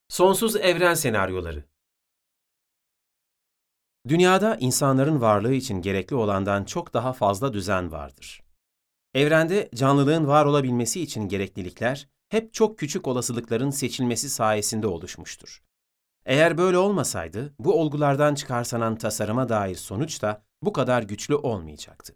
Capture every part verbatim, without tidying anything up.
Sonsuz evren senaryoları. Dünyada insanların varlığı için gerekli olandan çok daha fazla düzen vardır. Evrende canlılığın var olabilmesi için gereklilikler hep çok küçük olasılıkların seçilmesi sayesinde oluşmuştur. Eğer böyle olmasaydı, bu olgulardan çıkarsanan tasarıma dair sonuç da bu kadar güçlü olmayacaktı.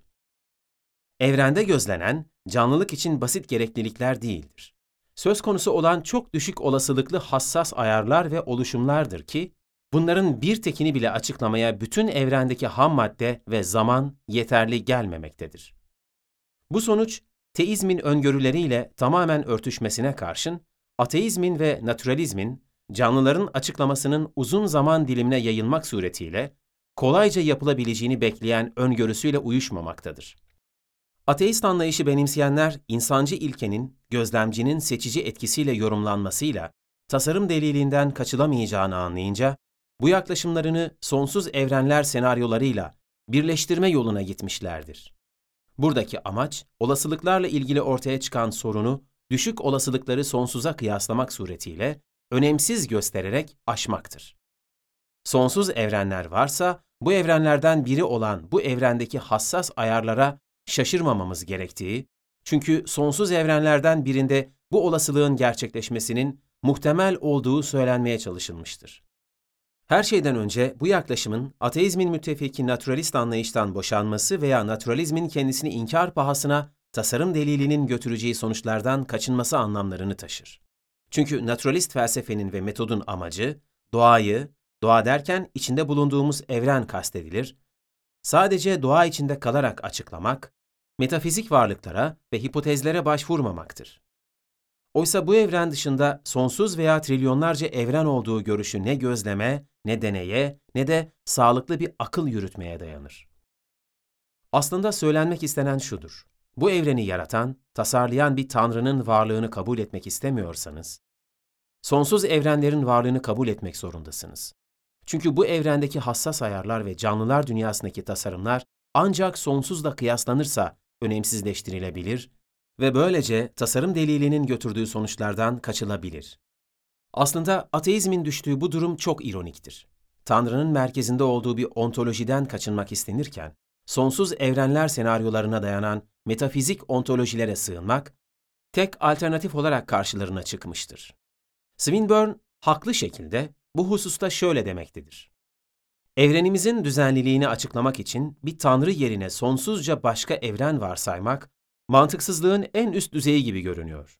Evrende gözlenen, canlılık için basit gereklilikler değildir. Söz konusu olan çok düşük olasılıklı hassas ayarlar ve oluşumlardır ki, bunların bir tekini bile açıklamaya bütün evrendeki ham madde ve zaman yeterli gelmemektedir. Bu sonuç, teizmin öngörüleriyle tamamen örtüşmesine karşın, ateizmin ve naturalizmin, canlıların açıklamasının uzun zaman dilimine yayılmak suretiyle, kolayca yapılabileceğini bekleyen öngörüsüyle uyuşmamaktadır. Ateist anlayışı benimseyenler, insancı ilkenin, gözlemcinin seçici etkisiyle yorumlanmasıyla, tasarım deliliğinden kaçılamayacağını anlayınca, bu yaklaşımlarını sonsuz evrenler senaryolarıyla birleştirme yoluna gitmişlerdir. Buradaki amaç, olasılıklarla ilgili ortaya çıkan sorunu, düşük olasılıkları sonsuza kıyaslamak suretiyle, önemsiz göstererek aşmaktır. Sonsuz evrenler varsa, bu evrenlerden biri olan bu evrendeki hassas ayarlara şaşırmamamız gerektiği, çünkü sonsuz evrenlerden birinde bu olasılığın gerçekleşmesinin muhtemel olduğu söylenmeye çalışılmıştır. Her şeyden önce bu yaklaşımın ateizmin müttefiki naturalist anlayıştan boşanması veya naturalizmin kendisini inkar pahasına tasarım delilinin götüreceği sonuçlardan kaçınması anlamlarını taşır. Çünkü naturalist felsefenin ve metodun amacı, doğayı, doğa derken içinde bulunduğumuz evren kastedilir, sadece doğa içinde kalarak açıklamak, metafizik varlıklara ve hipotezlere başvurmamaktır. Oysa bu evren dışında sonsuz veya trilyonlarca evren olduğu görüşü ne gözleme, ne deneye, ne de sağlıklı bir akıl yürütmeye dayanır. Aslında söylenmek istenen şudur: bu evreni yaratan, tasarlayan bir tanrının varlığını kabul etmek istemiyorsanız, sonsuz evrenlerin varlığını kabul etmek zorundasınız. Çünkü bu evrendeki hassas ayarlar ve canlılar dünyasındaki tasarımlar ancak sonsuzla kıyaslanırsa önemsizleştirilebilir ve böylece tasarım delilinin götürdüğü sonuçlardan kaçılabilir. Aslında ateizmin düştüğü bu durum çok ironiktir. Tanrı'nın merkezinde olduğu bir ontolojiden kaçınmak istenirken, sonsuz evrenler senaryolarına dayanan metafizik ontolojilere sığınmak, tek alternatif olarak karşılarına çıkmıştır. Swinburne, haklı şekilde bu hususta şöyle demektedir: evrenimizin düzenliliğini açıklamak için bir tanrı yerine sonsuzca başka evren varsaymak, mantıksızlığın en üst düzeyi gibi görünüyor.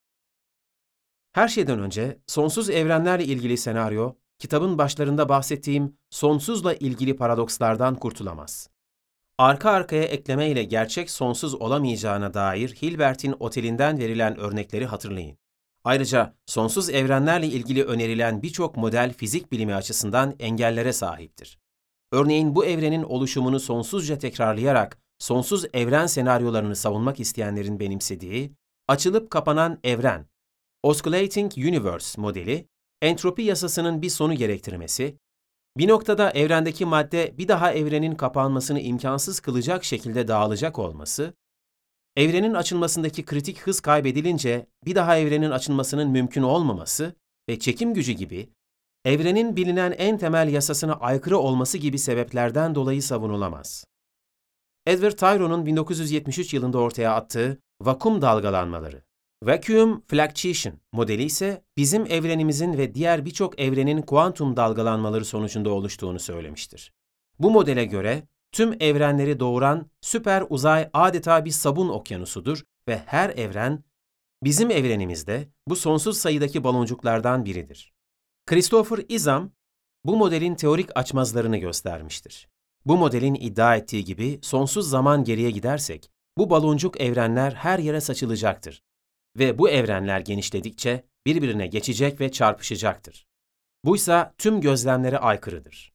Her şeyden önce sonsuz evrenlerle ilgili senaryo, kitabın başlarında bahsettiğim sonsuzla ilgili paradokslardan kurtulamaz. Arka arkaya eklemeyle gerçek sonsuz olamayacağına dair Hilbert'in Otelinden verilen örnekleri hatırlayın. Ayrıca sonsuz evrenlerle ilgili önerilen birçok model fizik bilimi açısından engellere sahiptir. Örneğin bu evrenin oluşumunu sonsuzca tekrarlayarak sonsuz evren senaryolarını savunmak isteyenlerin benimsediği açılıp kapanan evren, Osculating Universe modeli, entropi yasasının bir sonu gerektirmesi, bir noktada evrendeki madde bir daha evrenin kapanmasını imkansız kılacak şekilde dağılacak olması, evrenin açılmasındaki kritik hız kaybedilince bir daha evrenin açılmasının mümkün olmaması ve çekim gücü gibi evrenin bilinen en temel yasasına aykırı olması gibi sebeplerden dolayı savunulamaz. Edward Tyron'un bin dokuz yüz yetmiş üç yılında ortaya attığı vakum dalgalanmaları, Vacuum Fluctuation modeli ise bizim evrenimizin ve diğer birçok evrenin kuantum dalgalanmaları sonucunda oluştuğunu söylemiştir. Bu modele göre tüm evrenleri doğuran süper uzay adeta bir sabun okyanusudur ve her evren, bizim evrenimizde bu sonsuz sayıdaki baloncuklardan biridir. Christopher Izam, bu modelin teorik açmazlarını göstermiştir. Bu modelin iddia ettiği gibi sonsuz zaman geriye gidersek, bu baloncuk evrenler her yere saçılacaktır ve bu evrenler genişledikçe birbirine geçecek ve çarpışacaktır. Buysa tüm gözlemlere aykırıdır.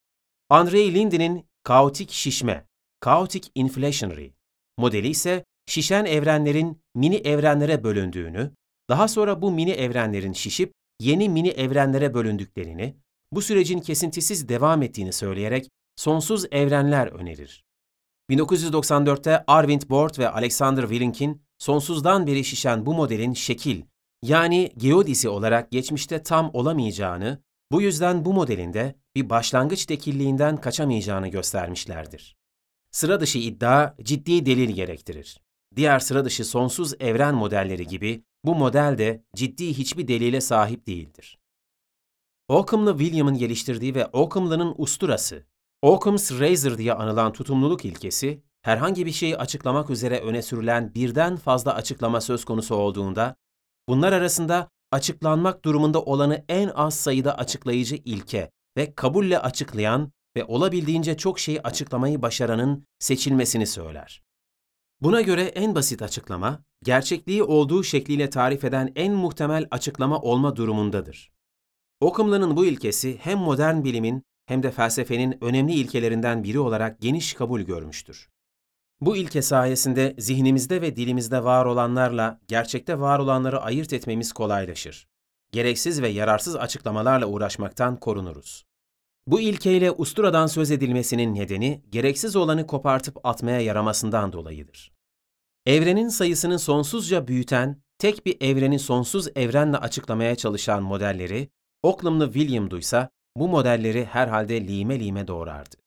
Andrei Linde'nin kaotik şişme, chaotic inflationary modeli ise şişen evrenlerin mini evrenlere bölündüğünü, daha sonra bu mini evrenlerin şişip yeni mini evrenlere bölündüklerini, bu sürecin kesintisiz devam ettiğini söyleyerek sonsuz evrenler önerir. bin dokuz yüz doksan dörtte Arvind Bort ve Alexander Willink'in sonsuzdan beri şişen bu modelin şekil, Yani geodisi olarak geçmişte tam olamayacağını, bu yüzden bu modelinde bir başlangıç tekilliğinden kaçamayacağını göstermişlerdir. Sıra dışı iddia ciddi delil gerektirir. Diğer sıra dışı sonsuz evren modelleri gibi bu model de ciddi hiçbir delile sahip değildir. Occam'lı William'ın geliştirdiği ve Occam'lının usturası, Occam's Razor diye anılan tutumluluk ilkesi, herhangi bir şeyi açıklamak üzere öne sürülen birden fazla açıklama söz konusu olduğunda, bunlar arasında açıklanmak durumunda olanı en az sayıda açıklayıcı ilke ve kabulle açıklayan ve olabildiğince çok şeyi açıklamayı başaranın seçilmesini söyler. Buna göre en basit açıklama, gerçekliği olduğu şekliyle tarif eden en muhtemel açıklama olma durumundadır. Occam'lının bu ilkesi hem modern bilimin hem de felsefenin önemli ilkelerinden biri olarak geniş kabul görmüştür. Bu ilke sayesinde zihnimizde ve dilimizde var olanlarla gerçekte var olanları ayırt etmemiz kolaylaşır. Gereksiz ve yararsız açıklamalarla uğraşmaktan korunuruz. Bu ilkeyle usturadan söz edilmesinin nedeni gereksiz olanı kopartıp atmaya yaramasından dolayıdır. Evrenin sayısını sonsuzca büyüten, tek bir evreni sonsuz evrenle açıklamaya çalışan modelleri, Occam'lı William duysa bu modelleri herhalde lime lime doğrardı.